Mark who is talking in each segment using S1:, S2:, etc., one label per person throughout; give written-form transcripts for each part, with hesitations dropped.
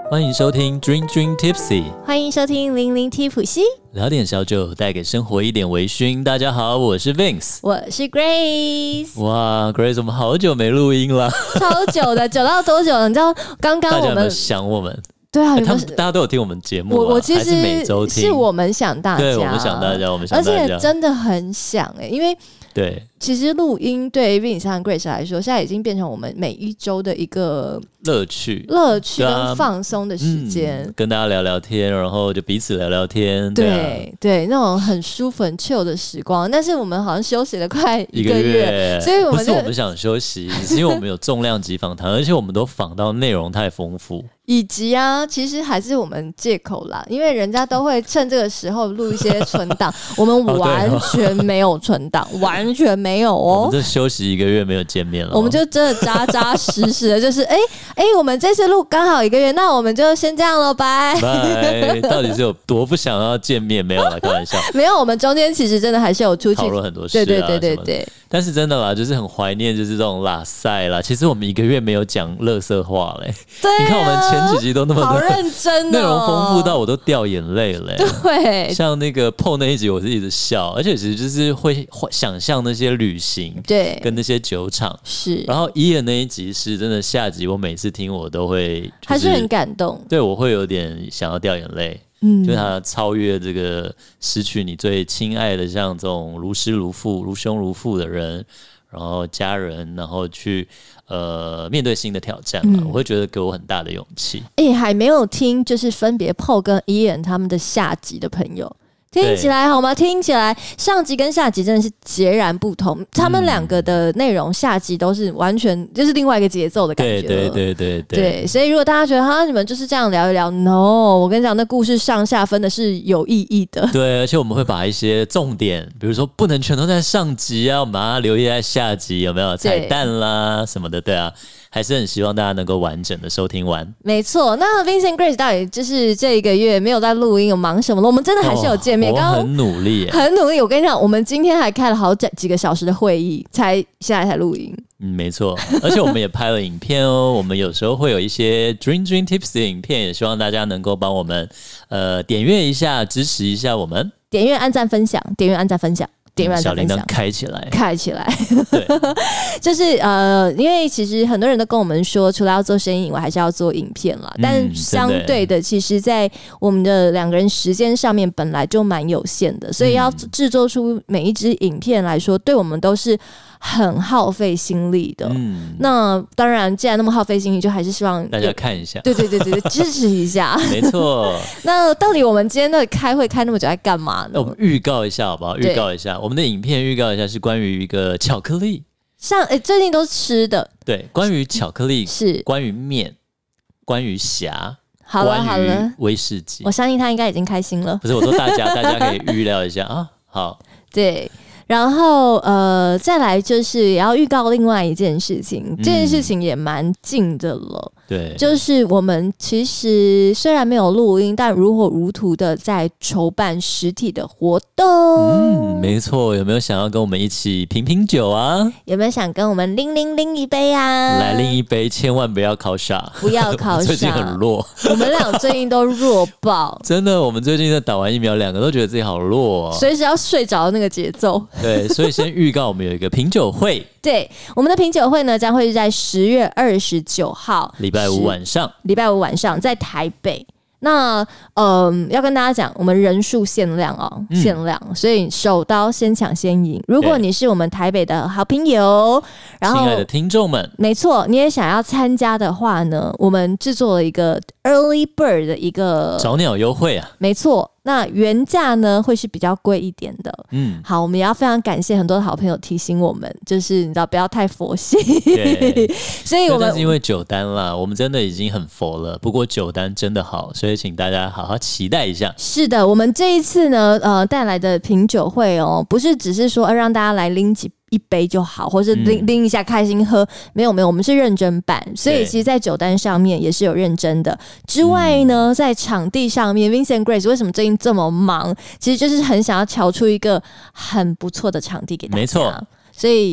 S1: 欢迎收听 Drink Drink Tipsy，
S2: 欢迎收听零零 T 普西，
S1: 聊点小酒，带给生活一点微醺。大家好，我是 Vince，
S2: 我是 Grace。
S1: 哇 ，Grace， 我们好久没录音了，
S2: 超久的，久到多久了？你知道刚刚
S1: 大家有没有想我们？
S2: 对啊，
S1: 他们大家都有听我们节目、啊，
S2: 我其实
S1: 还是每周听，
S2: 是我们想大家，
S1: 对，我们想大家，我们想大家，
S2: 而且真的很想因为
S1: 对，
S2: 其实录音对 Vince 和 Grace 来说，现在已经变成我们每一周的一个
S1: 乐趣
S2: 跟放松的时间、
S1: 跟大家聊聊天，然后就彼此聊聊天，
S2: 对、对，那种很舒服、很 chill 的时光。但是我们好像休息了快一个月，所以我们
S1: 不是我们想休息，是因为我们有重量级访谈，而且我们都访到内容太丰富。
S2: 以及其实还是我们借口啦，因为人家都会趁这个时候录一些存档，我们完全没有存档，完全没有哦。
S1: 我们这休息一个月没有见面了，
S2: 我们就真的扎扎实实的，就是我们这次录刚好一个月，那我们就先这样了，拜
S1: 拜。到底是有多不想要见面？没有啦，开玩笑。
S2: 没有，我们中间其实真的还是有出去
S1: 讨论很多事、啊，
S2: 对。
S1: 但是真的啦，就是很怀念，就是这种拉塞啦。其实我们一个月没有讲垃圾话嘞。
S2: 对、啊，
S1: 你看我们前几集都那么
S2: 好认真、
S1: 内容丰富到我都掉眼泪嘞。
S2: 对，
S1: 像那个 PO 那一集，我是一直笑，而且其实就是会想象那些旅行，
S2: 对，
S1: 跟那些酒厂
S2: 是。
S1: 然后Ian那一集是真的下集，我每次听我都会、
S2: 还是很感动。
S1: 对，我会有点想要掉眼泪。就是他超越这个失去你最亲爱的，像这种如师如父、如兄如父的人，然后家人，然后去面对新的挑战嘛，我会觉得给我很大的勇气。
S2: 还没有听就是分别 Paul 跟 Ian 他们的下集的朋友。听起来好吗？听起来上集跟下集真的是截然不同，他们两个的内容下集都是完全就是另外一个节奏的感觉。对，所以如果大家觉得你们就是这样聊一聊 ，no， 我跟你讲，那故事上下分的是有意义的。
S1: 对，而且我们会把一些重点，比如说不能全都在上集啊，我们把它留意在下集，有没有彩蛋啦什么的？对啊。还是很希望大家能够完整的收听完。没
S2: 错，那 Vincent Grace 到底就是这一个月没有在录音，有忙什么了？我们真的还是有见面，
S1: 我很努力，
S2: 很努力。我跟你讲，我们今天还开了好几个小时的会议，现在才录音。
S1: 没错，而且我们也拍了影片哦。我们有时候会有一些 Drink Drink Tips 的影片，也希望大家能够帮我们点阅一下，支持一下我们。
S2: 点阅、按赞、分享，点阅、按赞、分享。
S1: 小铃铛开起来，
S2: 对，就是因为其实很多人都跟我们说，除了要做声音以外，还是要做影片啦。但相对的，其实在我们的两个人时间上面本来就蛮有限的，所以要制作出每一支影片来说，对我们都是很耗费心力的。那当然，既然那么耗费心力，就还是希望
S1: 大家看一下，
S2: 对，支持一下。
S1: 没错。
S2: 那到底我们今天的开会开那么久在干嘛呢？
S1: 我们预告一下好不好？预告一下我们的影片，预告一下是关于一个巧克力，
S2: 最近都是吃的。
S1: 对，关于巧克力，
S2: 是关
S1: 于面，关于霞。
S2: 好了，
S1: 威士忌，
S2: 我相信他应该已经开心了。
S1: 不是，我说大家可以预料一下啊。好，
S2: 对。然后再来就是也要预告另外一件事情，这件事情也蛮近的了。
S1: 对，
S2: 就是我们其实虽然没有录音，但如火如荼的在筹办实体的活动。
S1: 没错，有没有想要跟我们一起品酒啊？
S2: 有没有想跟我们拎一杯啊？
S1: 来拎一杯，千万不要烤傻，
S2: 不要烤傻。
S1: 最近很弱，
S2: 我们俩最近都弱爆。
S1: 真的，我们最近在打完疫苗，两个都觉得自己好弱
S2: 随时要睡着的那个节奏。
S1: 对，所以先预告我们有一个品酒会。
S2: 对，我们的品酒会呢将会是在10月29号
S1: 礼拜五晚上
S2: 在台北。那要跟大家讲，我们人数限量哦，限量，所以手刀先抢先赢。如果你是我们台北的好朋友，然后
S1: 亲爱的听众们，
S2: 没错，你也想要参加的话呢，我们制作了一个 Early Bird 的一个
S1: 早鸟优惠啊，
S2: 没错。那原价呢会是比较贵一点的。好，我们也要非常感谢很多的好朋友提醒我们，就是你知道不要太佛系。所以我们
S1: 但是因为酒单啦，我们真的已经很佛了。不过酒单真的好，所以请大家好好期待一下。
S2: 是的，我们这一次呢，带来的品酒会哦，不是只是说让大家来拎一杯就好，或是拎一下开心喝，没有，我们是认真版，所以其实在酒单上面也是有认真的。之外呢，在场地上面 Vincent Grace 为什么最近这么忙，其实就是很想要瞧出一个很不错的场地给大家。
S1: 没错，
S2: 所以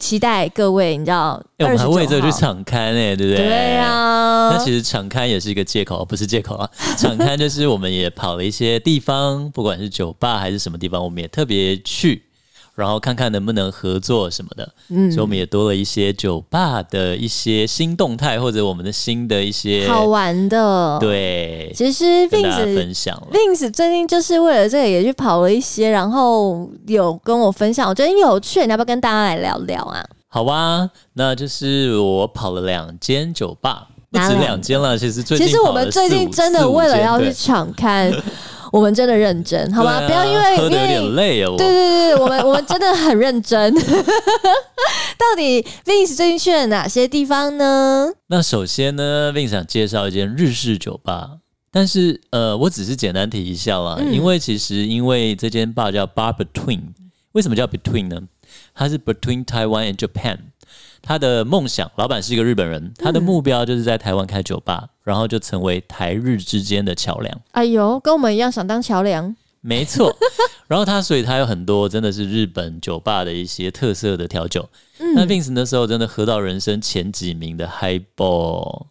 S2: 期待各位，你知道，
S1: 我们还为这个去场勘对不对？
S2: 对啊。
S1: 那其实场勘也是一个借口，不是借口啊。场勘就是我们也跑了一些地方，不管是酒吧还是什么地方，我们也特别去。然后看看能不能合作什么的，所以我们也多了一些酒吧的一些新动态，或者我们的新的一些
S2: 好玩的。
S1: 对，
S2: 其实
S1: Vince 分享了
S2: ，Vince 最近就是为了这个也去跑了一些，然后有跟我分享，我觉得很有趣，你要不要跟大家来聊聊啊？
S1: 好啊，那就是我跑了2间酒吧，不止2间了，其实
S2: 我们最近真的为了要去场勘。我们真的认真，好吗？不要因为
S1: 喝得有点累啊！
S2: 对，我们真的很认真。到底 Vince 最近去了哪些地方呢？
S1: 那首先呢 ，Vince 想介绍一间日式酒吧，但是我只是简单提一下啦，因为这间 bar 叫 Bar Between， 为什么叫 Between 呢？它是 Between Taiwan and Japan。他的梦想，老板是一个日本人，他的目标就是在台湾开酒吧，然后就成为台日之间的桥梁。
S2: 哎呦，跟我们一样想当桥梁。
S1: 没错，然后所以他有很多真的是日本酒吧的一些特色的调酒。那 Vince 那时候真的喝到人生前几名的 Highball。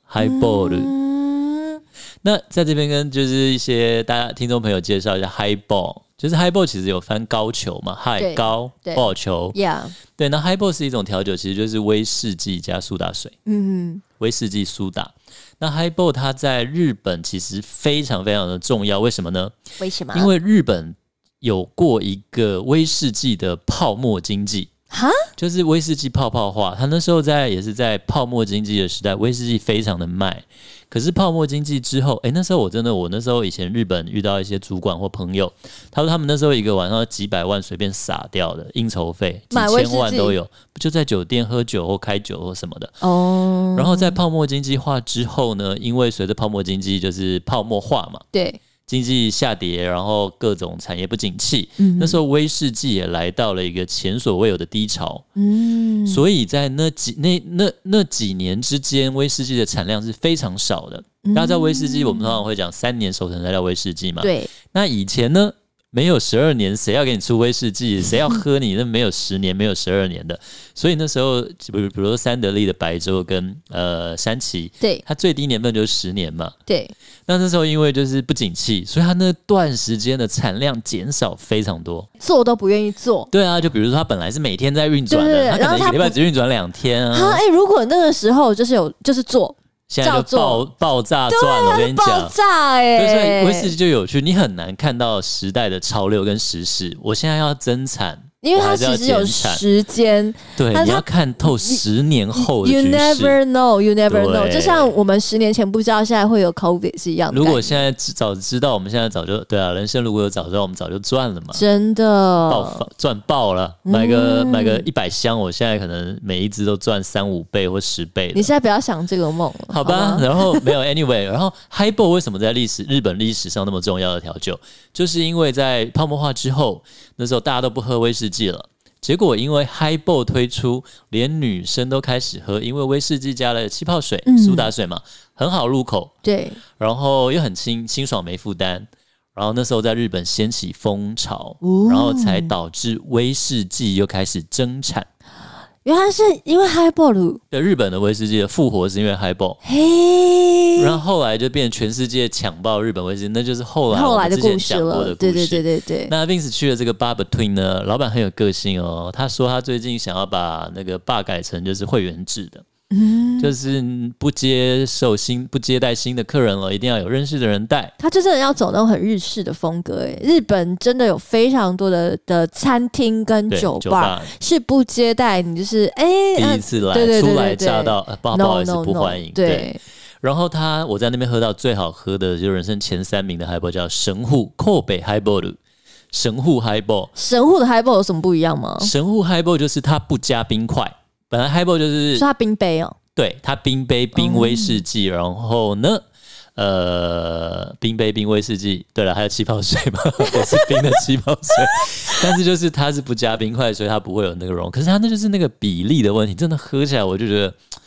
S1: 那在这边跟就是一些大家听众朋友介绍一下 Highball。就是 Highball 其实有翻高球嘛 ，High 高 ball 球，
S2: yeah.
S1: 对，那 Highball 是一种调酒，其实就是威士忌加苏打水，威士忌苏打。那 Highball 它在日本其实非常非常的重要，为什么呢？
S2: 为什么？
S1: 因为日本有过一个威士忌的泡沫经济。就是威士忌泡泡化，他那时候也是在泡沫经济的时代，威士忌非常的卖。可是泡沫经济之后，那时候我那时候以前日本遇到一些主管或朋友，他说他们那时候一个晚上几百万随便撒掉的应酬费，几千万都有，就在酒店喝酒或开酒或什么的。然后在泡沫经济化之后呢，因为随着泡沫经济就是泡沫化嘛，
S2: 对。
S1: 经济下跌，然后各种产业不景气，那时候威士忌也来到了一个前所未有的低潮，所以在那几年之间，威士忌的产量是非常少的。大家知道威士忌，我们通常会讲3年熟成才叫威士忌嘛？
S2: 对。
S1: 那以前呢？没有12年，谁要给你出威士忌？谁要喝你？那没有10年，没有12年的。所以那时候，比如说三得利的白州跟山崎，
S2: 对，
S1: 它最低年份就是10年嘛。
S2: 对。
S1: 那时候因为就是不景气，所以它那段时间的产量减少非常多，
S2: 做都不愿意做。
S1: 对啊，就比如说它本来是每天在运转的，它可能一个礼拜只运转2天啊。
S2: 如果那个时候就是做。
S1: 现在就爆炸赚了，我跟你讲，
S2: 爆炸所
S1: 以威士忌就有趣，你很难看到时代的潮流跟时事。我现在要增产，
S2: 因为它其实有时间，
S1: 对，你要看透10年后的局势。
S2: You never know, you never know。就像我们10年前不知道现在会有 COVID 是一样的。
S1: 如果现在早知道，我们现在早就对啊，人生如果有早知道，我们早就赚了嘛，
S2: 真的
S1: 赚爆了。买个100箱，我现在可能每一支都赚3-5倍或10倍。
S2: 你现在不要想这个梦了，
S1: 好吧？然后没有 anyway， 然后 Highball 为什么在日本历史上那么重要的调酒，就是因为在泡沫化之后，那时候大家都不喝威士忌了。结果因为 Highball 推出，连女生都开始喝，因为威士忌加了气泡水、苏打水嘛，很好入口，
S2: 对，
S1: 然后又很清爽没负担，然后那时候在日本掀起风潮，然后才导致威士忌又开始增产。
S2: 原来是因为 Highball，
S1: 对，日本的威士忌的复活是因为 Highball， 然后后来就变全世界抢爆日本威士忌，那就是后来我们之前讲过的故事。对。那 Vince 去了这个 Bar Between 呢，老板很有个性哦，他说他最近想要把那个 bar 改成就是会员制的。就是不接待新的客人了，一定要有认识的人带。
S2: 他就真的要走那种很日式的风格，日本真的有非常多的餐厅跟酒吧是不接待你，就是
S1: 第一次来初来乍到，不好意思，不欢迎。对。然后我在那边喝到最好喝的，就人生前3名的 Highball 叫神户Kobe Highball。神户 Highball，
S2: 神户的 Highball 有什么不一样吗？
S1: 神户 Highball 就是它不加冰块。本来 Highball 就是
S2: 它冰杯哦，
S1: 对，它冰杯冰威士忌，然后呢，冰杯冰威士忌，对了，还有气泡水嘛，也是冰的气泡水，但是就是它是不加冰块，所以它不会有那个融，可是它那就是那个比例的问题，真的喝起来我就觉得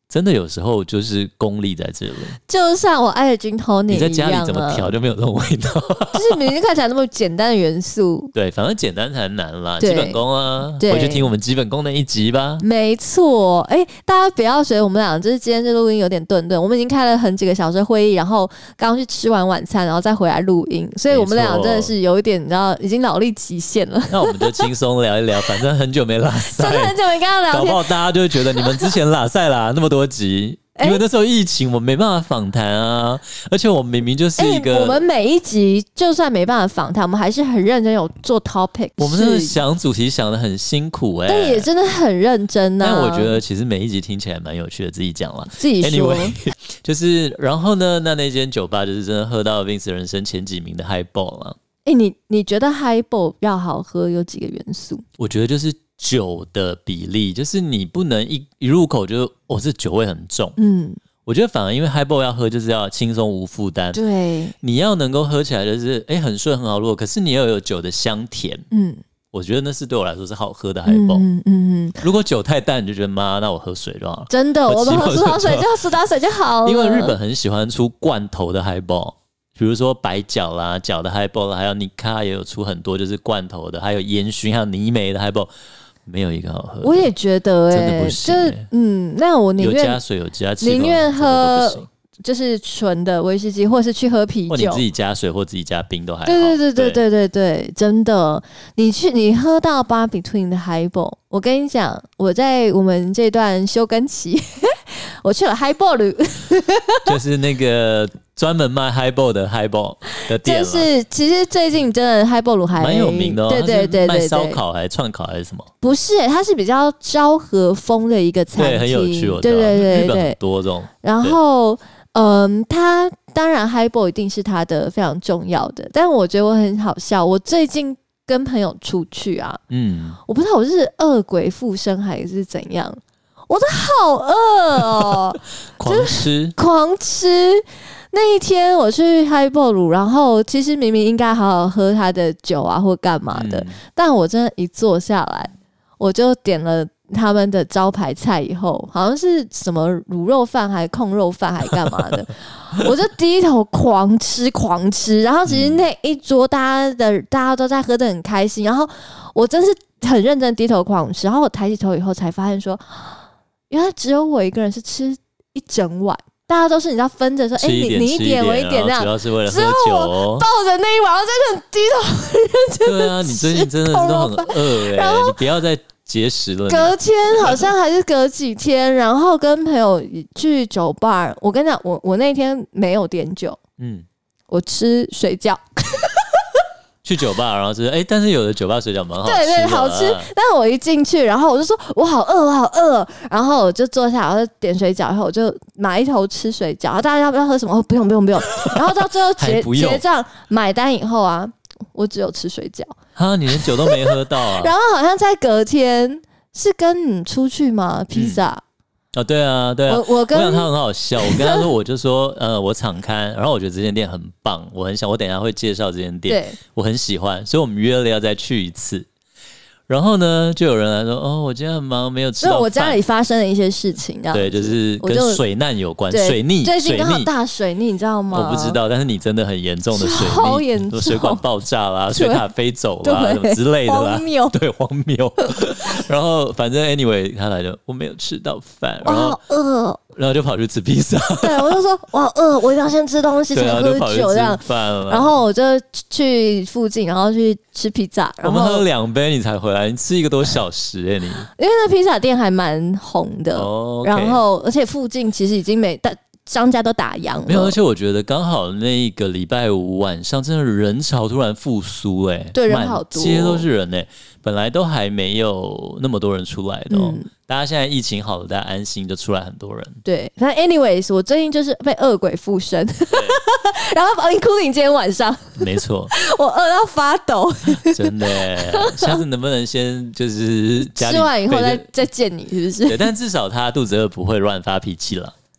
S1: 真的有时候就是功力在这里，
S2: 就像我爱的gin tonic一样，
S1: 你在家里怎么调就没有这种味道，
S2: 就是明明看起来那么简单的元素，
S1: 对，反正简单才难啦，基本功啊，回去听我们基本功那一集吧。
S2: 没错，大家不要随我们俩，就是今天这录音有点顿顿，我们已经开了几个小时的会议，然后刚去吃完晚餐，然后再回来录音，所以我们俩真的是有一点，你知道，已经脑力极限了。
S1: 那我们就轻松聊一聊，反正很久没拉赛，
S2: 真的很久没跟他聊天，
S1: 搞不好大家就会觉得你们之前拉赛啦那么多集。因为那时候疫情，我没办法访谈啊，而且我明明就是一个，
S2: 我们每一集就算没办法访谈，我们还是很认真有做 topic，
S1: 我们真的想主题想得很辛苦
S2: 但也真的很认真啊。
S1: 但我觉得其实每一集听起来蛮有趣的，自己讲了，
S2: 自己说。
S1: Anyway， 就是然后呢，那间酒吧就是真的喝到 Vince 人生前几名的 Highball 啊。
S2: 你觉得 Highball 要好喝有几个元素？
S1: 我觉得就是酒的比例，就是你不能一入口就这酒味很重。我觉得反而因为 Highball 要喝就是要轻松无负担，
S2: 对，
S1: 你要能够喝起来就是很顺很好落，可是你又有酒的香甜。我觉得那是对我来说是好喝的 Highball。如果酒太淡，你就觉得妈，那我喝水就好了。
S2: 真的，我们喝苏打水就好了。
S1: 因为日本很喜欢出罐头的 Highball。比如说白角啦、角的 Highball 啦，还有尼卡也有出很多就是罐头的，还有烟熏，还有泥煤的 Highball， 没有一个好喝的。
S2: 我也觉得
S1: 真的不行
S2: 那我宁愿
S1: 有加水有加气泡，
S2: 宁愿喝就是纯的威士忌，或是去喝啤酒，
S1: 或你自己加水或自己加冰都还好。
S2: 对，真的，你喝到 Bar Between 的 Highball， 我跟你讲，我在我们这段休耕期，我去了 Highball，
S1: 就是那个专门卖 Highball 的 Highball 的店，
S2: 就是其实最近真的 Highball 还
S1: 蛮有名的哦。
S2: 对，
S1: 卖烧烤还是串烤还是什么？
S2: 不是，它是比较昭和风的一个餐厅，
S1: 对，很有趣。
S2: 对，
S1: 日本很多这种。
S2: 然后它当然 Highball 一定是它的非常重要的，但我觉得我很好笑。我最近跟朋友出去啊，我不知道我是恶鬼附身还是怎样，我都好饿哦，狂吃。那一天我去 Highball， 然后其实明明应该好好喝他的酒啊或干嘛的，但我真的一坐下来，我就点了他们的招牌菜以后，好像是什么卤肉饭还控肉饭还干嘛的，我就低头狂吃，然后其实那一桌大家都在喝得很开心，然后我真是很认真低头狂吃，然后我抬起头以后才发现说，原来只有我一个人是吃一整碗。大家都是你知道分着说，你一点我一点这样，
S1: 主要是为了喝酒。
S2: 我抱着那一碗，然后在那低头很认真的。
S1: 对啊，你最近真的是都很饿
S2: 然后
S1: 你不要再节食了。
S2: 隔天好像还是隔几天，然后跟朋友去酒吧，我跟你讲，我那天没有点酒，我吃水饺。
S1: 去酒吧，然后就是但是有的酒吧水饺蛮好吃的，
S2: 对，好吃。但是我一进去，然后我就说我好饿，然后我就坐下，然后点水饺，然后我就埋头吃水饺。然后大家要不要喝什么？不用。然后到最后结账买单以后啊，我只有吃水饺。
S1: 你连酒都没喝到啊！
S2: 然后好像在隔天是跟你出去吗？披萨。
S1: 对啊，我想他很好笑。我跟他说，我就说，我场勘，然后我觉得这间店很棒，我很想，我等一下会介绍这间店，我很喜欢，所以我们约了要再去一次。然后呢，就有人来说，我今天很忙，没有吃到饭。因为
S2: 我家里发生了一些事情，
S1: 对，就是跟水难有关，水逆，
S2: 最近刚好大水逆，你知道吗？
S1: 我不知道，但是你真的很严重的水逆，
S2: 超严重，
S1: 水管爆炸啦，水塔飞走啦，什么之类的啦，
S2: 荒谬，
S1: 对，荒谬。然后反正 anyway， 他来了，我没有吃到饭，然后
S2: 饿。
S1: 然后就跑去吃披萨，
S2: 对，我就说我好饿，我一定要先吃东西才喝酒这样。然后我就去附近，然后去吃披萨。
S1: 我们喝了2杯你才回来，你吃1个多小时你。
S2: 因为那披萨店还蛮红的，然后而且附近其实已经商家都打烊了。
S1: 没有，而且我觉得刚好那一个礼拜5晚上，真的人潮突然复苏
S2: 对，人好多，
S1: 满街都是人本来都还没有那么多人出来的大家现在疫情好了，大家安心就出来很多人。
S2: 对，反正 anyways， 我最近就是被恶鬼附身，然后including 今天晚上，
S1: 没错，
S2: 我饿到发抖，
S1: 真的下次能不能先就是家里
S2: 吃完以后再见你，是不是？
S1: 对，但至少他肚子饿不会乱发脾气了。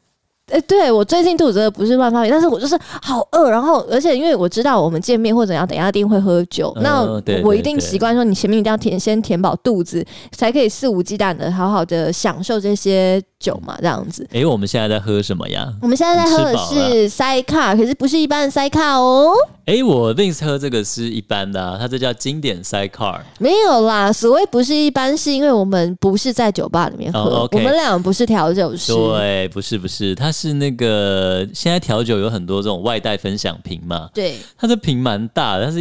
S2: 对，我最近肚子真的不是乱发炎，但是我就是好饿，然后而且因为我知道我们见面或者要等一下一定会喝酒，那我一定习惯说你前面一定要先填饱肚子，才可以肆无忌惮的好好的享受这些酒嘛，这样子。
S1: 我们现在在喝什么呀？
S2: 我们现在在喝的是 Sidecar， 可是不是一般的 Sidecar 哦。
S1: 我 Vince 喝这个是一般的它这叫经典 Sidecar。没
S2: 有啦，所谓不是一般，是因为我们不是在酒吧里面喝，我们俩不是调酒师。
S1: 对，不是，它是那个现在调酒有很多这种外带分享瓶嘛。
S2: 对，
S1: 它这瓶蛮大的，它是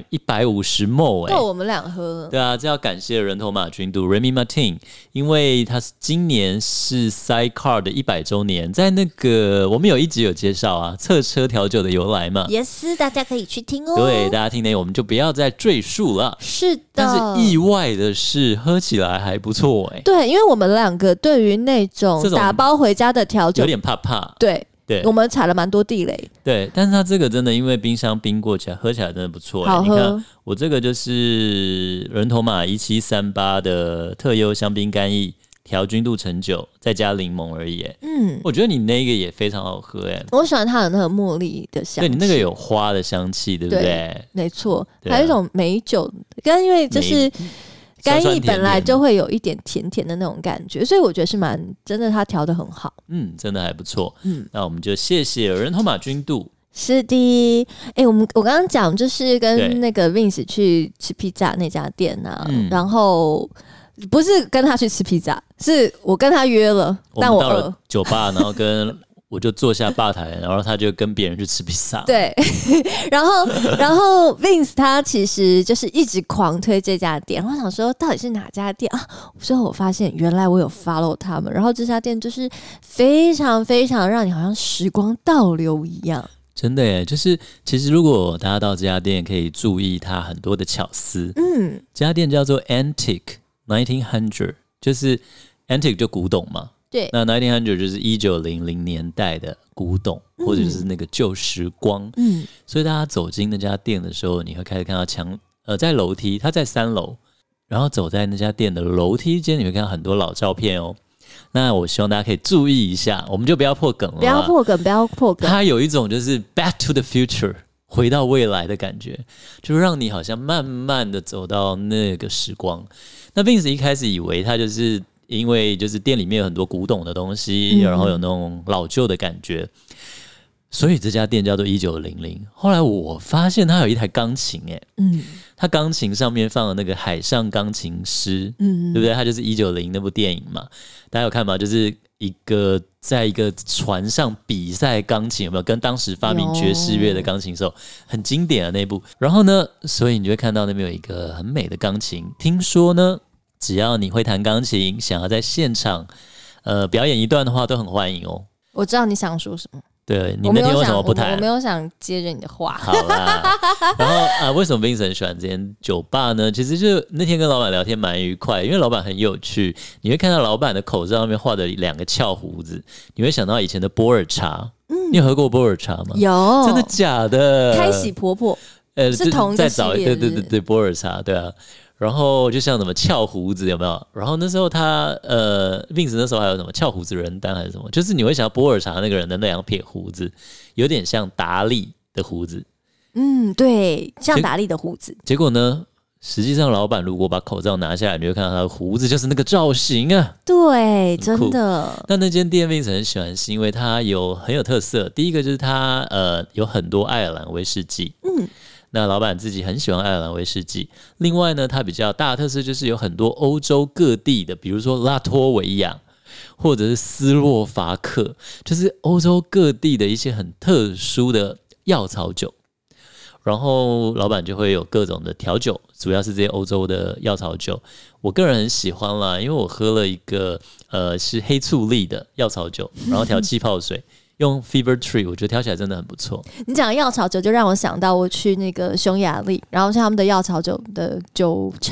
S1: 150 ml
S2: 够我们俩喝了。
S1: 对啊，这要感谢人头马君度 Remy Martin， 因为它今年是 Sidecar 的100周年，在那个我们有一集有介绍啊，侧车调酒的由来嘛。
S2: Yes， 大家可以去听哦。
S1: 对，大家听我们就不要再赘述了。
S2: 是的，
S1: 但是意外的是，喝起来还不错
S2: 对，因为我们两个对于那种打包回家的调酒
S1: 有点怕。
S2: 对，我们踩了蛮多地雷。
S1: 对，但是它这个真的因为冰箱冰过起来，喝起来真的不错。
S2: 好喝。
S1: 你看我这个就是人头马1738的特优香槟干邑调君度橙酒，再加柠檬而已。我觉得你那个也非常好喝。
S2: 我喜欢它的那个茉莉的香气。
S1: 对，你那个有花的香气，对不对？
S2: 没错，还有一种美酒，因为就是干邑本来就会有一点甜甜的那种感觉，所以我觉得是真的，它调得很好。
S1: 真的还不错。那我们就谢谢人头马君度。
S2: 是的，我刚刚讲就是跟那个 Vince 去吃披萨那家店啊，然后不是跟他去吃披萨，是我跟他约了，但我
S1: 到了酒吧，然后我就坐下吧台，然后他就跟别人去吃披萨。
S2: 对，然后 Vince 他其实就是一直狂推这家店，然后想说到底是哪家店啊？最后我发现原来我有 follow 他们，然后这家店就是非常非常让你好像时光倒流一样。
S1: 真的耶，就是其实如果大家到这家店，可以注意它很多的巧思。这家店叫做 Antique 1900， 就是 Antique 就古董嘛。
S2: 对，
S1: 那1900就是1900年代的古董，或者是那个旧时光。所以大家走进那家店的时候，你会开始看到在楼梯，它在3楼，然后走在那家店的楼梯间，你会看到很多老照片哦。那我希望大家可以注意一下，我们就不要破梗了。不要
S2: 破梗。
S1: 它有一种就是 Back to the Future， 回到未来的感觉，就让你好像慢慢的走到那个时光。那 Vince 一开始以为他就是因为就是店里面有很多古董的东西，然后有那种老旧的感觉，所以这家店叫做1900。后来我发现它有一台钢琴，它钢琴上面放了那个海上钢琴师，对不对？它就是1900那部电影嘛，大家有看吗？就是在一个船上比赛钢琴，有没有？跟当时发明爵士乐的钢琴手很经典的那部。然后呢，所以你就会看到那边有一个很美的钢琴。听说呢，只要你会弹钢琴，想要在现场表演一段的话，都很欢迎哦。
S2: 我知道你想说什么。
S1: 对，你那天为什么不谈？
S2: 我没有想接着你的话。
S1: 好啦，然后为什么 Vince 很喜欢这间酒吧呢？其实就那天跟老板聊天蛮愉快，因为老板很有趣。你会看到老板的口罩上面画的2个翘胡子，你会想到以前的波尔茶。你有喝过波尔茶吗？
S2: 有，
S1: 真的假的？
S2: 开喜婆婆，是同一个系列。
S1: 对，波尔茶，对啊。然后就像什么翘胡子有没有？然后那时候他Vince 那时候还有什么翘胡子人丹还是什么？就是你会想到波尔茶那个人的那2撇胡子，有点像达利的胡子。
S2: 对，像达利的胡子。
S1: 结果呢，实际上老板如果把口罩拿下来，你会看到他的胡子就是那个造型啊。
S2: 对，真的。
S1: 那间店 Vince 很喜欢，是因为它很有特色。第一个就是它有很多爱尔兰威士忌。那老板自己很喜欢爱尔兰威士忌。另外呢，它比较大的特色就是有很多欧洲各地的，比如说拉脱维亚或者是斯洛伐克，就是欧洲各地的一些很特殊的药草酒。然后老板就会有各种的调酒，主要是这些欧洲的药草酒。我个人很喜欢啦，因为我喝了一个是黑醋栗的药草酒，然后调气泡水。用 Fever Tree， 我觉得调起来真的很不错。
S2: 你讲药草酒就让我想到我去那个匈牙利，然后是他们的药草酒的酒厂，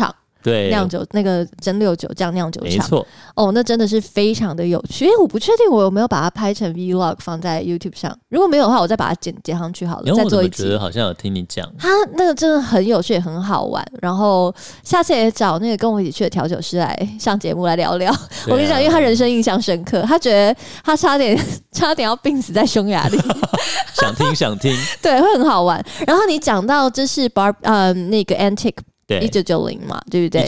S1: 对，
S2: 酿酒那个蒸馏酒这样酿酒厂，
S1: 没错。
S2: 哦，那真的是非常的有趣。我不确定我有没有把它拍成 vlog 放在 YouTube 上，如果没有的话，我再把它剪上去好了，再做一集。
S1: 我觉得好像有听你讲，
S2: 它那个真的很有趣，也很好玩。然后下次也找那个跟我一起去的调酒师来上节目来聊聊。我跟你讲，因为他人生印象深刻，他觉得他差点要病死在匈牙利。
S1: 想听，
S2: 对，会很好玩。然后你讲到这是那个 Antique。1990嘛，对不对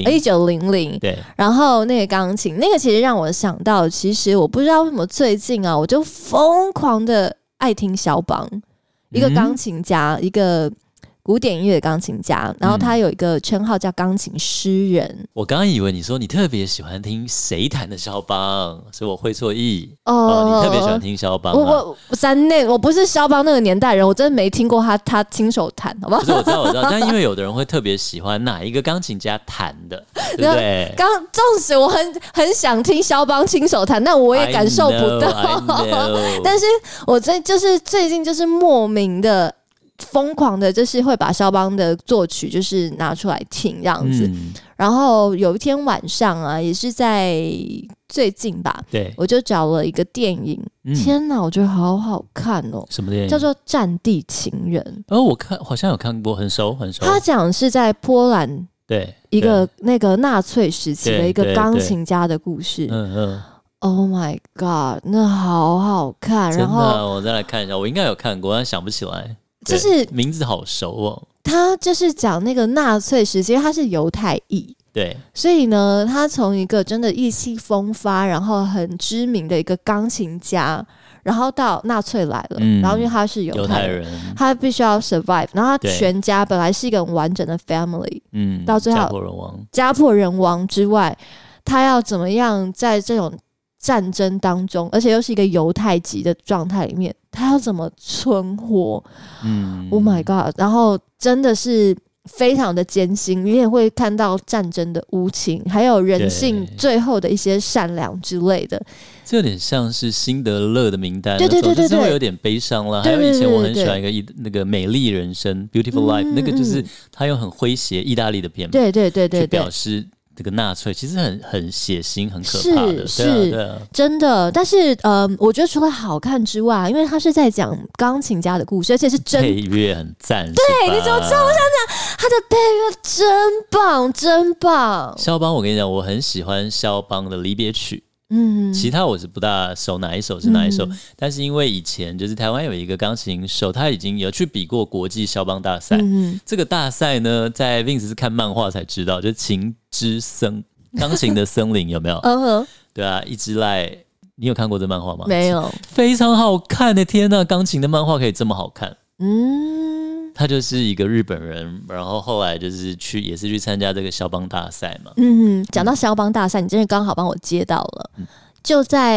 S2: ？1900，
S1: 对。
S2: 然后那个钢琴，那个其实让我想到，其实我不知道为什么最近啊，我就疯狂的爱听肖邦，一个钢琴家，一个古典音乐的钢琴家，然后他有一个称号叫钢琴诗人。
S1: 我刚刚以为你说你特别喜欢听谁弹的肖邦，所以我会错意。你特别喜欢听肖邦
S2: 我不是肖邦那个年代人，我真的没听过他亲手弹，好不好？
S1: 不是，我知道，但因为有的人会特别喜欢哪一个钢琴家弹的，对不对？
S2: 纵使我很想听肖邦亲手弹，但我也感受不到。但是我就是最近就是莫名的。疯狂的，就是会把肖邦的作曲就是拿出来听这样子。然后有一天晚上啊，也是在最近吧，
S1: 对，
S2: 我就找了一个电影。天哪，我觉得好好看哦！
S1: 什么电影？
S2: 叫做《战地情人》。
S1: 我好像有看过，很熟。
S2: 他讲是在波兰，
S1: 对，
S2: 一个那个纳粹时期的一个钢琴家的故事。Oh my god， 那好好看。然后
S1: 我再来看一下，我应该有看过，但想不起来。
S2: 就是
S1: 名字好熟哦。
S2: 他就是讲那个纳粹时期，他是犹太裔，
S1: 对，
S2: 所以呢，他从一个真的意气风发，然后很知名的一个钢琴家，然后到纳粹来了，然后因为他是犹太人，他必须要 survive， 然后他全家本来是一个很完整的 family，到最后家破人亡之外，他要怎么样在这种战争当中，而且又是一个犹太籍的状态里面，他要怎么存活？Oh my god！ 然后真的是非常的艰辛，你也会看到战争的无情，还有人性最后的一些善良之类的。
S1: 这有点像是辛德勒的名单，
S2: 对，
S1: 就是会有点悲伤了。还有以前我很喜欢一个那个美丽人生 （Beautiful Life），那个就是他用很诙谐意大利的片，
S2: 对，
S1: 去表示。这个纳粹其实很血腥、很可怕的，
S2: 是真的。但是我觉得除了好看之外，因为他是在讲钢琴家的故事，而且是
S1: 配乐很赞。
S2: 对，你怎么知道？我想讲他的配乐真棒，真棒。
S1: 肖邦，我跟你讲，我很喜欢肖邦的离别曲。其他我是不大熟哪一首是哪一首，但是因为以前就是台湾有一个钢琴手，他已经有去比过国际肖邦大赛。这个大赛呢，在 Vince 是看漫画才知道，就是琴之森，钢琴的森林有没有？对啊，一直赖，你有看过这漫画吗？
S2: 没有，
S1: 非常好看的，天哪，钢琴的漫画可以这么好看。他就是一个日本人，然后后来就是也是去参加这个肖邦大赛嘛。
S2: 讲到肖邦大赛，你真的刚好帮我接到了。就在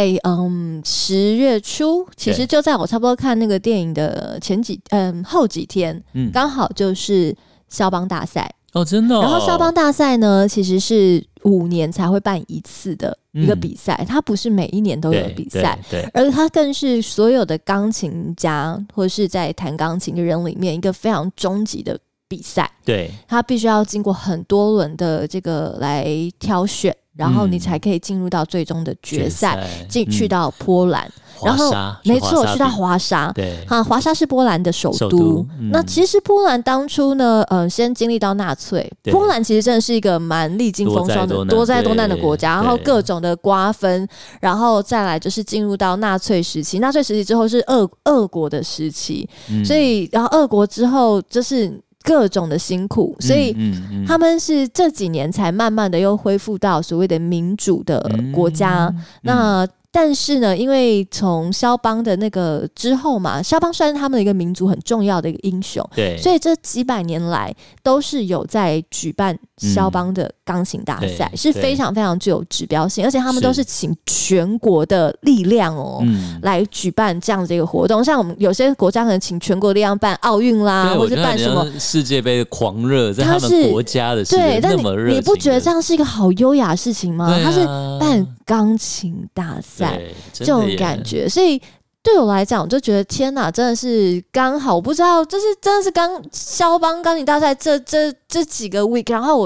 S2: 10月初，其实就在我差不多看那个电影的后几天，刚好就是肖邦大赛。
S1: 真的哦。
S2: 然后肖邦大赛呢，其实是5年才会办一次的一个比赛，它不是每一年都有比赛，而它更是所有的钢琴家或是在弹钢琴的人里面一个非常终极的比赛。
S1: 对，
S2: 它必须要经过很多轮的这个来挑选，然后你才可以进入到最终的决赛，去到波兰。然后没错，去到华沙。
S1: 对，
S2: 华沙是波兰的首都。那其实波兰当初呢，先经历到纳粹。波兰其实真的是一个蛮历经风霜的多灾多难的国家，然后各种的瓜分，然后再来就是进入到纳粹时期。纳粹时期之后是俄国的时期，所以然后俄国之后就是各种的辛苦，所以他们是这几年才慢慢的又恢复到所谓的民主的国家。但是呢，因为从肖邦的那个之后嘛，肖邦算是他们的一个民族很重要的一个英雄，
S1: 对，
S2: 所以这几百年来都是有在举办肖邦的钢琴大赛，是非常非常具有指标性，而且他们都是请全国的力量来举办这样的一个活动。像我们有些国家可能请全国力量办奥运啦，或者办什么
S1: 世界杯的狂热，在他们国家的世界那么热情的，
S2: 你不觉得这样是一个好优雅的事情吗？他是办钢琴大赛，这种感觉，所以对我来讲，我就觉得天哪，真的是刚好，我不知道，就是真的是肖邦钢琴大赛这几个 week， 然后我就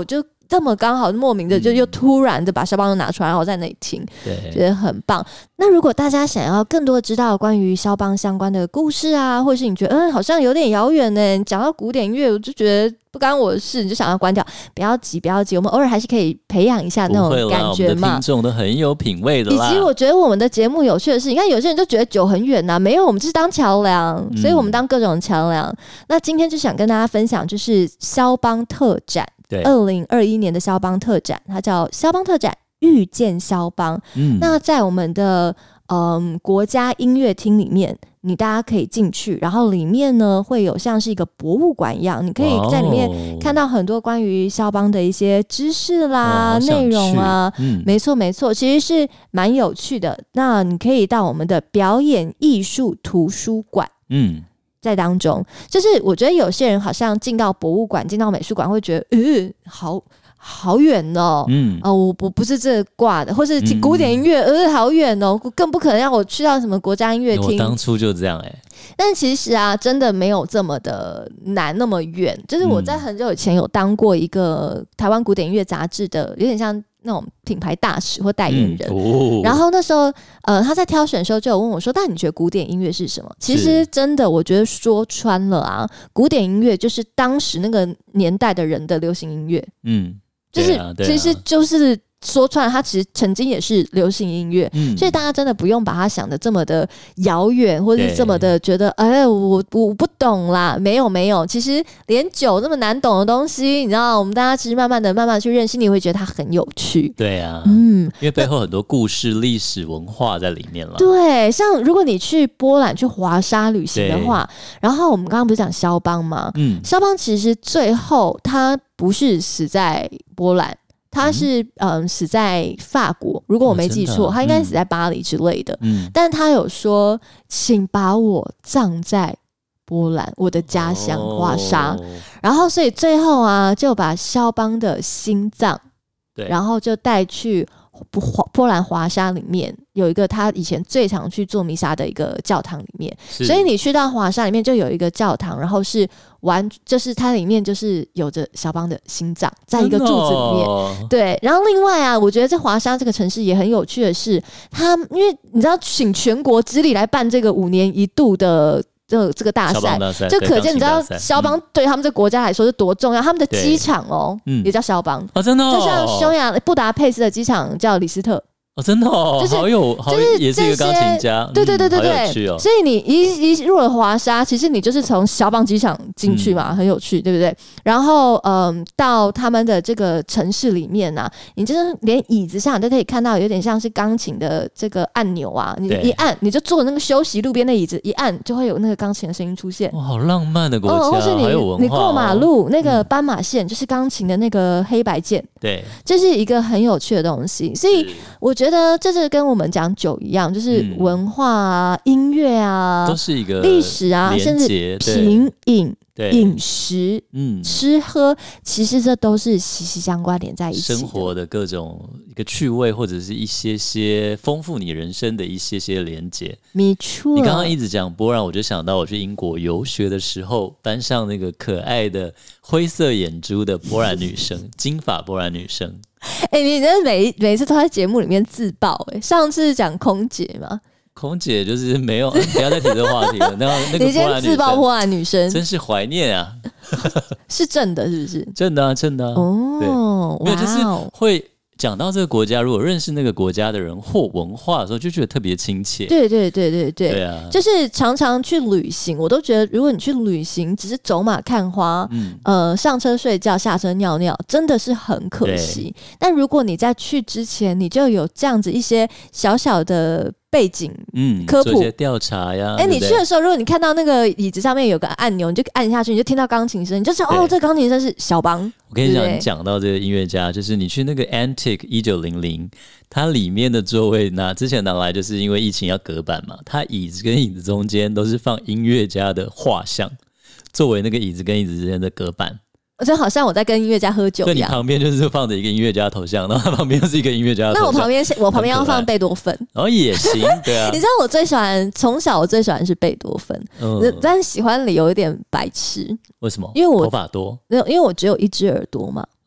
S2: 这么刚好莫名的就又突然的把肖邦拿出来，然后在那里听，
S1: 对，
S2: 觉得很棒。那如果大家想要更多知道关于肖邦相关的故事啊，或是你觉得好像有点遥远呢，你讲到古典乐我就觉得不干我的事，你就想要关掉，不要急，我们偶尔还是可以培养一下那种感觉嘛。我们的
S1: 听众都很有品味的啦。
S2: 以及我觉得我们的节目有趣的是，你看有些人就觉得酒很远啊，没有，我们就是当桥梁，所以我们当各种桥梁。那今天就想跟大家分享，就是肖邦特展，对，2021年的肖邦特展，它叫肖邦特展遇见肖邦。那在我们的国家音乐厅里面，大家可以进去，然后里面呢会有像是一个博物馆一样，你可以在里面看到很多关于肖邦的一些知识啦、内容啊。没错，其实是蛮有趣的。那你可以到我们的表演艺术图书馆，在当中，就是我觉得有些人好像进到博物馆、进到美术馆会觉得，好远哦，我不是这挂的，或是古典音乐，好远哦，更不可能让我去到什么国家音乐厅。
S1: 我当初就这样
S2: 但其实啊，真的没有这么的难，那么远。就是我在很久以前有当过一个台湾古典音乐杂志的，有点像那种品牌大使或代言人。然后那时候，他在挑选的时候就有问我说：“那你觉得古典音乐是什么？”其实真的，我觉得说穿了啊，古典音乐就是当时那个年代的人的流行音乐。就是其实就是说穿了，它其实曾经也是流行音乐，所以大家真的不用把它想的这么的遥远，或者是这么的觉得我不懂啦。没有，其实连酒这么难懂的东西，你知道，我们大家其实慢慢去认识，你会觉得它很有趣。
S1: 对啊，因为背后很多故事、历史文化在里面了。
S2: 对，像如果你去波兰去华沙旅行的话，然后我们刚刚不是讲肖邦吗？肖邦其实最后他不是死在波兰，他是死在法国，如果我没记错，他应该死在巴黎之类的。但他有说，请把我葬在波兰，我的家乡华沙。然后所以最后啊，就把肖邦的心脏，然后就带去波兰华沙里面有一个他以前最常去做弥撒的一个教堂里面，所以你去到华沙里面就有一个教堂，然后是就是它里面就是有着肖邦的心脏在一个柱子里面。对，然后另外啊，我觉得在华沙这个城市也很有趣的是，因为你知道请全国之力来办这个5年1度的这个大赛，就可见你知道肖邦对他们这个国家来说是多重要。他们的机场也叫肖邦
S1: 真的
S2: 就像匈牙利布达佩斯的机场叫李斯特。
S1: 真的就是也是一个钢琴家。
S2: 对，
S1: 好有趣哦。
S2: 所以你一入了华沙，其实你就是从肖邦机场进去嘛，很有趣，对不对？然后到他们的这个城市里面啊，你就是连椅子上你都可以看到有点像是钢琴的这个按钮啊，你一按你就坐那个休息路边的椅子，一按就会有那个钢琴的声音出现。
S1: 哇，好浪漫的国家，
S2: 或是
S1: 好有文化。
S2: 你过马路那个斑马线就是钢琴的那个黑白键，
S1: 对，
S2: 这是一个很有趣的东西。所以我觉得这是跟我们讲酒一样，就是文化啊、音乐啊，
S1: 都是一个
S2: 历史啊，甚至品饮、饮食、吃喝，其实这都是息息相关连在一起的。
S1: 生活的各种一个趣味，或者是一些丰富你人生的一些连结。
S2: 没错，
S1: 你刚刚一直讲波兰，我就想到我去英国游学的时候，班上那个可爱的灰色眼珠的波兰女生，金发波兰女生。
S2: 你真的每次都在节目里面自爆。上次讲空姐嘛，
S1: 空姐就是没有，不要再提这个话题了。那个
S2: 你先自爆波兰女生，
S1: 真是怀念啊！
S2: 是正的，是不是？
S1: 真的啊，真的啊。没有，就是会讲到这个国家，如果认识那个国家的人或文化的时候，就觉得特别亲切。
S2: 对啊，就是常常去旅行，我都觉得，如果你去旅行只是走马看花，上车睡觉，下车尿尿，真的是很可惜。但如果你在去之前，你就有这样子一些小小的背景科普，
S1: 做一些调查呀。
S2: 你去的时候，如果你看到那个椅子上面有个按钮，你就按下去，你就听到钢琴声，你就知道这钢琴声是肖邦。
S1: 我跟你讲，你讲到这个音乐家，就是你去那个 Antique 1900，它里面的座位之前拿来就是因为疫情要隔板嘛，它椅子跟椅子中间都是放音乐家的画像，作为那个椅子跟椅子之间的隔板。
S2: 就好像我在跟音乐家喝酒一样，
S1: 对，你旁边就是放着一个音乐家头像，然后他旁边是一个音乐家的头像。
S2: 那我旁边要放贝多芬，
S1: 然后也行，对啊。
S2: 你知道从小我最喜欢是贝多芬，但喜欢理由有点白痴。
S1: 为什么？
S2: 因为我
S1: 头发多，
S2: 因为我只有一只耳朵嘛。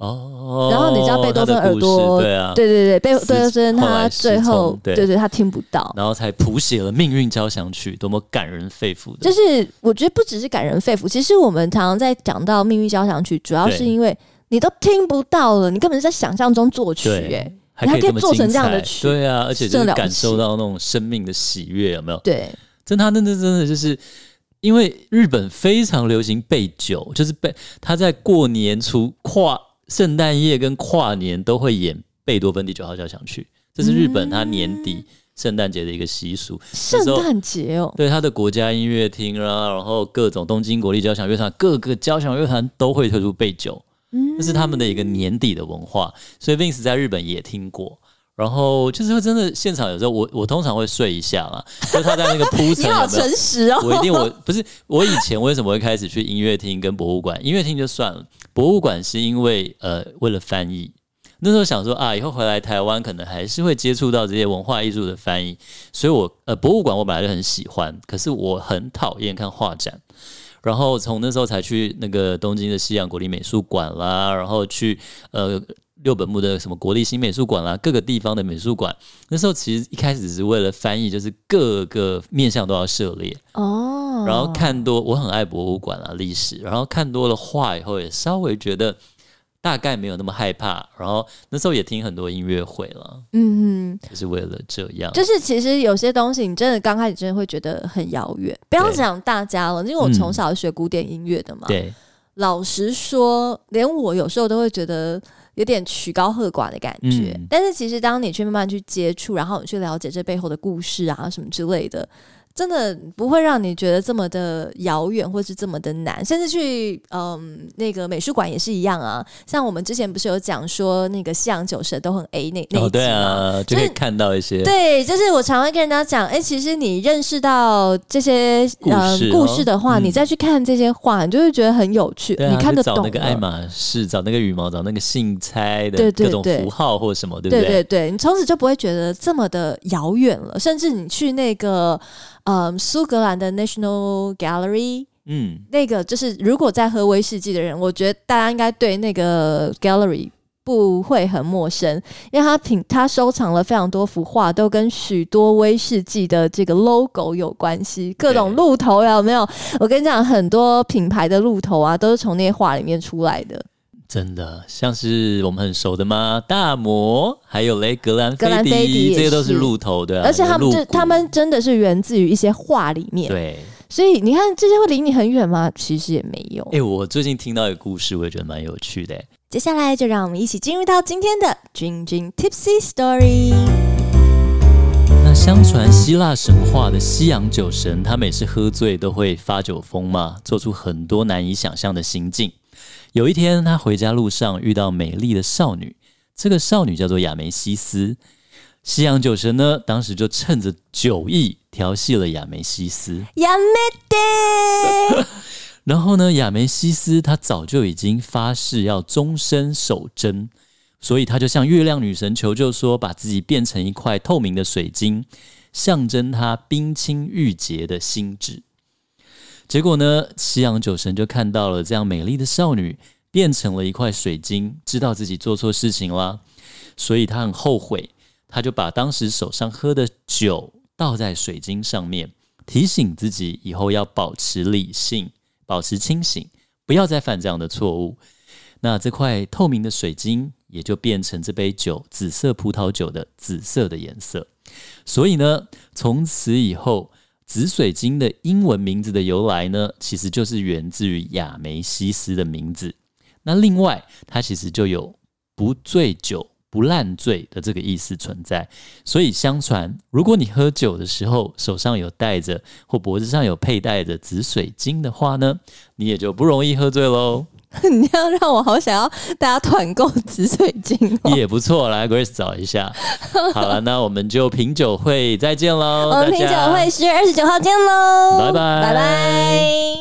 S1: 哦，
S2: 然后你知道贝多芬耳朵，
S1: 对啊，
S2: 对，贝多芬他最后对他听不到，
S1: 然后才谱写了《命运交响曲》，多么感人肺腑的。
S2: 就是我觉得不只是感人肺腑，其实我们常常在讲到《命运交响曲》，主要是因为你都听不到了，你根本是在想象中作曲，
S1: 还可以
S2: 做成这样的曲，
S1: 对啊，而且就是感受到那种生命的喜悦，有没有？
S2: 对，
S1: 真的就是因为日本非常流行备酒，就是他在过年圣诞夜跟跨年都会演贝多芬第9号交响曲，这是日本他年底圣诞节的一个习俗。
S2: 圣诞节哦，
S1: 对，他的国家音乐厅啦，然后各种东京国立交响乐团，各个交响乐团都会推出备酒，这是他们的一个年底的文化。所以 Vince 在日本也听过。然后就是会真的现场有时候我通常会睡一下啦，就他在那个铺陈，
S2: 你好诚实哦。
S1: 我以前为什么会开始去音乐厅跟博物馆？音乐厅就算了，博物馆是因为为了翻译。那时候想说以后回来台湾可能还是会接触到这些文化艺术的翻译，所以博物馆我本来就很喜欢，可是我很讨厌看画展。然后从那时候才去那个东京的西洋国立美术馆啦，然后去六本木的什么国立新美术馆啦，各个地方的美术馆。那时候其实一开始只是为了翻译，就是各个面向都要涉猎哦。然后看多，我很爱博物馆啊历史，然后看多了画以后，也稍微觉得大概没有那么害怕。然后那时候也听很多音乐会了，就是为了这样。
S2: 就是其实有些东西，你真的刚开始真的会觉得很遥远。不要讲大家了，因为我从小学古典音乐的嘛。
S1: 对，
S2: 老实说，连我有时候都会觉得有点曲高和寡的感觉，但是其实当你去慢慢去接触，然后你去了解这背后的故事啊什么之类的，真的不会让你觉得这么的遥远或是这么的难。甚至去那个美术馆也是一样啊，像我们之前不是有讲说那个西洋酒神都很 A 那一集
S1: 对啊，就可以看到一些
S2: 对，就是我常会跟人家讲其实你认识到这些故事的话，你再去看这些画，你就会觉得很有趣，你看得懂了。
S1: 找那个爱马仕，找那个羽毛，找那个信差的各种符号或什么，对不对？
S2: 对，你从此就不会觉得这么的遥远了。甚至你去那个苏格兰的 National Gallery， 那个就是如果在喝威士忌的人，我觉得大家应该对那个 Gallery 不会很陌生，因为他收藏了非常多幅画，都跟许多威士忌的这个 logo 有关系，各种鹿头有没有？我跟你讲，很多品牌的鹿头啊，都是从那些画里面出来的。
S1: 真的，像是我们很熟的吗？大摩，还有格兰菲迪，这些都是鹿头的，
S2: 而且他们真的是源自于一些画里面。
S1: 对，
S2: 所以你看这些会离你很远吗？其实也没有。
S1: 我最近听到一个故事，我也觉得蛮有趣的。
S2: 接下来就让我们一起进入到今天的君君 Tipsy Story。
S1: 那相传希腊神话的西洋酒神，他每次喝醉都会发酒疯嘛，做出很多难以想象的行径。有一天，他回家路上遇到美丽的少女，这个少女叫做亚梅西斯。西洋酒神呢，当时就趁着酒意调戏了亚梅西斯。
S2: 亚梅的，
S1: 然后呢，亚梅西斯她早就已经发誓要终身守贞，所以她就向月亮女神求救说，把自己变成一块透明的水晶，象征她冰清玉洁的心智。结果呢，西洋酒神就看到了这样美丽的少女变成了一块水晶，知道自己做错事情啦，所以他很后悔，他就把当时手上喝的酒倒在水晶上面，提醒自己以后要保持理性，保持清醒，不要再犯这样的错误。那这块透明的水晶也就变成这杯酒紫色葡萄酒的紫色的颜色。所以呢，从此以后紫水晶的英文名字的由来呢，其实就是源自于亚梅西斯的名字。那另外，它其实就有不醉酒不烂醉的这个意思存在。所以相传，如果你喝酒的时候手上有戴着或脖子上有佩戴着紫水晶的话呢，你也就不容易喝醉咯。
S2: 你要让我好想要大家团购紫水晶
S1: 也不错，来 Grace 找一下。好了，那我们就品酒会再见咯。
S2: 我们品酒会10月29号见咯，
S1: 拜拜，
S2: 拜拜。